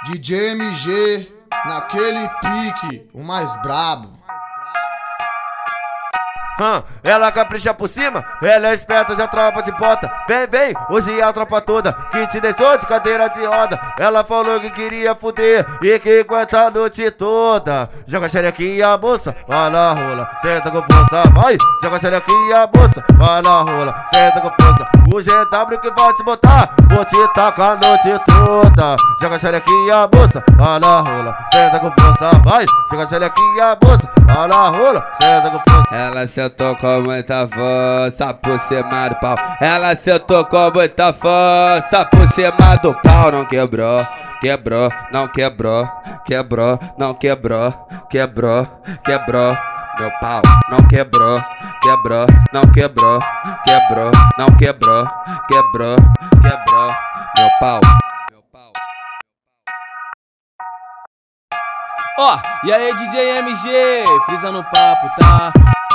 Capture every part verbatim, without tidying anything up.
D J M G, naquele pique, o mais brabo. Hum, ela capricha por cima, ela é esperta, já tropa de bota. Vem, vem, hoje é a tropa toda que te deixou de cadeira de roda. Ela falou que queria fuder e que aguenta a noite toda. Joga a xerequinha a moça, vai na rola, senta com força, vai. Joga a xerequinha a moça, vai na rola, senta com força. O G W que vai te botar, vou te tacar a noite toda. Joga a xerequinha a moça, vai na rola, senta com força, vai. Joga a xerequinha a moça, vai na rola, senta com força. Ela sentou com muita força por cima do pau. Ela sentou com muita força por cima do pau. Não quebrou, quebrou, não quebrou, quebrou, não quebrou, quebrou, quebrou. Meu pau não quebrou, quebrou, não quebrou, quebrou, não quebrou, quebrou, quebrou. Meu pau. Ó, oh, e aí D J M G, frisa no papo, tá?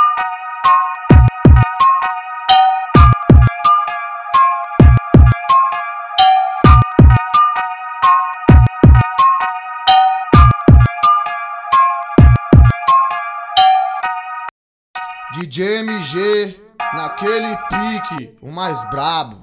D J M G, naquele pique, o mais brabo.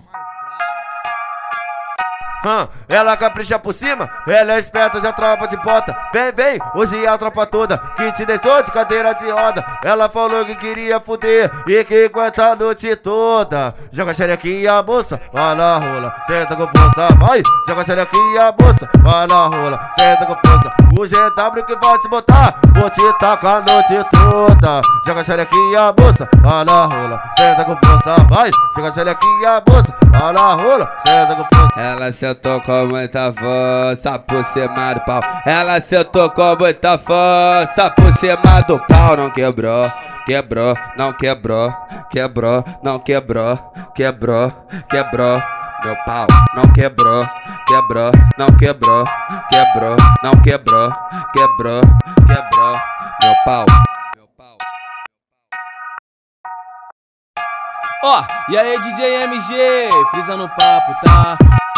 Hum, ela capricha por cima, ela é esperta, já tropa de bota. Vem, vem, hoje é a tropa toda que te deixou de cadeira de roda. Ela falou que queria fuder e que aguenta a noite toda. Joga a xerequinha a moça, vai na rola, senta com força, vai. Joga a xerequinha a moça, vai na rola, senta com força. O G W que vai te botar, vou te tacar a noite toda. Joga a xerequinha a moça, vai na rola, senta com força, vai. Joga a xerequinha a moça, vai na rola, senta com força. Ela sentou com muita força por cima do pau. Ela sentou com muita força por cima do pau. Não quebrou, quebrou, não quebrou, quebrou, não quebrou, quebrou, quebrou. Meu pau não quebrou, quebrou, não quebrou, quebrou, não quebrou, quebrou, quebrou. Meu pau. Ó, oh, e aí D J M G, frisa no papo, tá?